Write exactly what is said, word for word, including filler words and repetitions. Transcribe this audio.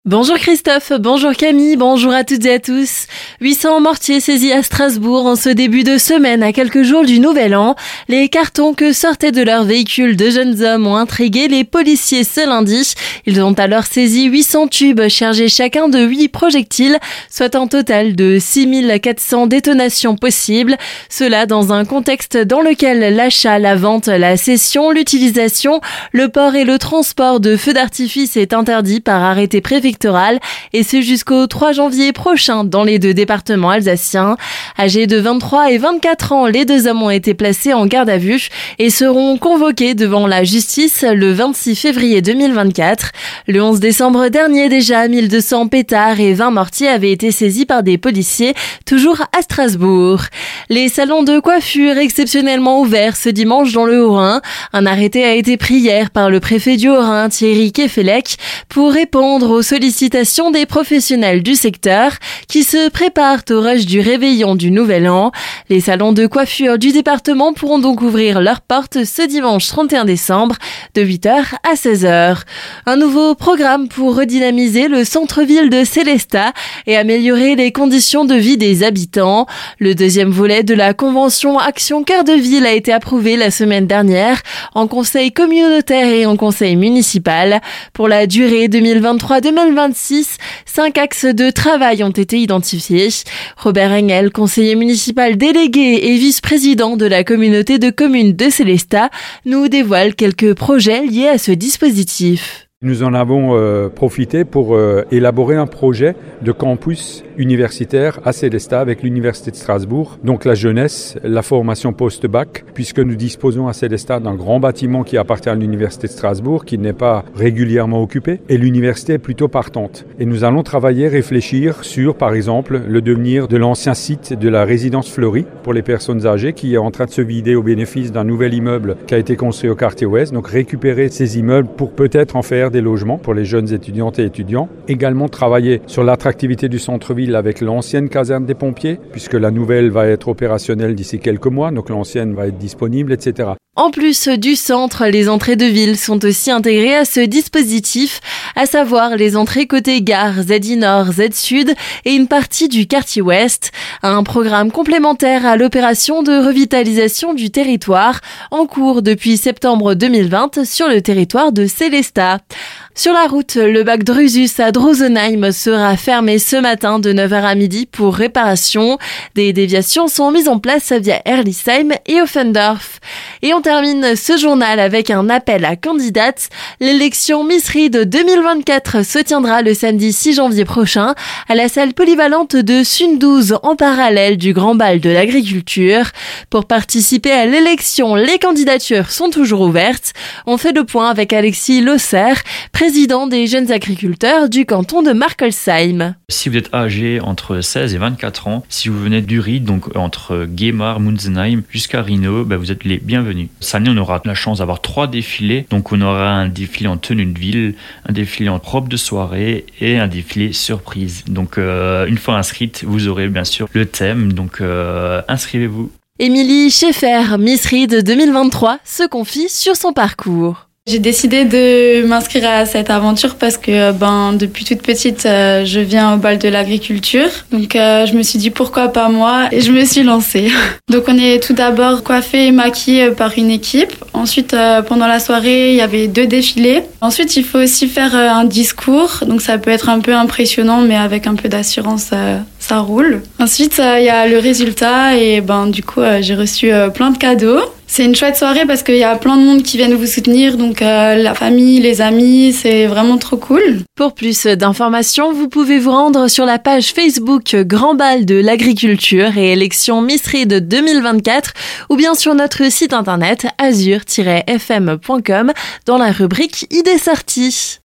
Bonjour Christophe, bonjour Camille, bonjour à toutes et à tous. huit cents mortiers saisis à Strasbourg en ce début de semaine à quelques jours du Nouvel An. Les cartons que sortaient de leur véhicule de jeunes hommes ont intrigué les policiers ce lundi. Ils ont alors saisi huit cents tubes chargés chacun de huit projectiles, soit un total de six mille quatre cents détonations possibles. Cela dans un contexte dans lequel l'achat, la vente, la cession, l'utilisation, le port et le transport de feux d'artifice est interdit par arrêté préfectoral. Et c'est jusqu'au trois janvier prochain dans les deux départements alsaciens. Âgés de vingt-trois et vingt-quatre ans, les deux hommes ont été placés en garde à vue et seront convoqués devant la justice le vingt-six février deux mille vingt-quatre. Le onze décembre dernier déjà, mille deux cents pétards et vingt mortiers avaient été saisis par des policiers, toujours à Strasbourg. Les salons de coiffure exceptionnellement ouverts ce dimanche dans le Haut-Rhin. Un arrêté a été pris hier par le préfet du Haut-Rhin, Thierry Kefelec, pour répondre aux sollicitations des professionnels du secteur qui se préparent au rush du réveillon du Nouvel An. Les salons de coiffure du département pourront donc ouvrir leurs portes ce dimanche trente et un décembre de huit heures à seize heures. Un nouveau programme pour redynamiser le centre-ville de Sélestat et améliorer les conditions de vie des habitants. Le deuxième volet de la convention Action Cœur de Ville a été approuvé la semaine dernière en conseil communautaire et en conseil municipal. Pour la durée deux mille vingt-trois deux mille vingt-six, cinq axes de travail ont été identifiés. Robert Engel, conseiller municipal délégué et vice-président de la communauté de communes de Sélestat, nous dévoile quelques projets liés à ce dispositif. Nous en avons euh, profité pour euh, élaborer un projet de campus universitaire à Sélestat avec l'Université de Strasbourg, donc la jeunesse, la formation post-bac, puisque nous disposons à Sélestat d'un grand bâtiment qui appartient à l'Université de Strasbourg, qui n'est pas régulièrement occupé, et l'université est plutôt partante. Et nous allons travailler, réfléchir sur, par exemple, le devenir de l'ancien site de la résidence Fleury pour les personnes âgées, qui est en train de se vider au bénéfice d'un nouvel immeuble qui a été construit au quartier ouest, donc récupérer ces immeubles pour peut-être en faire des logements pour les jeunes étudiantes et étudiants. Également travailler sur l'attractivité du centre-ville avec l'ancienne caserne des pompiers, puisque la nouvelle va être opérationnelle d'ici quelques mois, donc l'ancienne va être disponible, et cetera. En plus du centre, les entrées de ville sont aussi intégrées à ce dispositif, à savoir les entrées côté gare, Z I Nord, Z Sud et une partie du quartier ouest. Un programme complémentaire à l'opération de revitalisation du territoire en cours depuis septembre deux mille vingt sur le territoire de Sélestat. Sur la route, le bac Drusus à Drosenheim sera fermé ce matin de neuf heures à midi pour réparation. Des déviations sont mises en place via Erlisheim et Offendorf. Et on termine ce journal avec un appel à candidates. L'élection Miss Read deux mille vingt-quatre se tiendra le samedi six janvier prochain à la salle polyvalente de Sundouze en parallèle du Grand Bal de l'Agriculture. Pour participer à l'élection, les candidatures sont toujours ouvertes. On fait le point avec Alexis Losser, président des jeunes agriculteurs du canton de Markolsheim. Si vous êtes âgé entre seize et vingt-quatre ans, si vous venez du Ried, donc entre Guémar, Munzenheim jusqu'à Rhino, ben vous êtes les bienvenus. Cette année, on aura la chance d'avoir trois défilés. Donc on aura un défilé en tenue de ville, un défilé en robe de soirée et un défilé surprise. Donc euh, une fois inscrite, vous aurez bien sûr le thème. Donc euh, inscrivez-vous. Émilie Schaeffer, Miss Read deux mille vingt-trois, se confie sur son parcours. J'ai décidé de m'inscrire à cette aventure parce que ben depuis toute petite euh, je viens au bal de l'agriculture, donc euh, je me suis dit pourquoi pas moi et je me suis lancée. Donc on est tout d'abord coiffé et maquillé par une équipe. Ensuite euh, pendant la soirée il y avait deux défilés. Ensuite il faut aussi faire euh, un discours, donc ça peut être un peu impressionnant mais avec un peu d'assurance euh, ça roule. Ensuite il euh, y a le résultat et ben du coup euh, j'ai reçu euh, plein de cadeaux. C'est une chouette soirée parce qu'il y a plein de monde qui viennent vous soutenir, donc euh, la famille, les amis, c'est vraiment trop cool. Pour plus d'informations, vous pouvez vous rendre sur la page Facebook Grand Bal de l'Agriculture et élection Miss Read deux mille vingt-quatre ou bien sur notre site internet azur tiret f m point com dans la rubrique Idées sorties.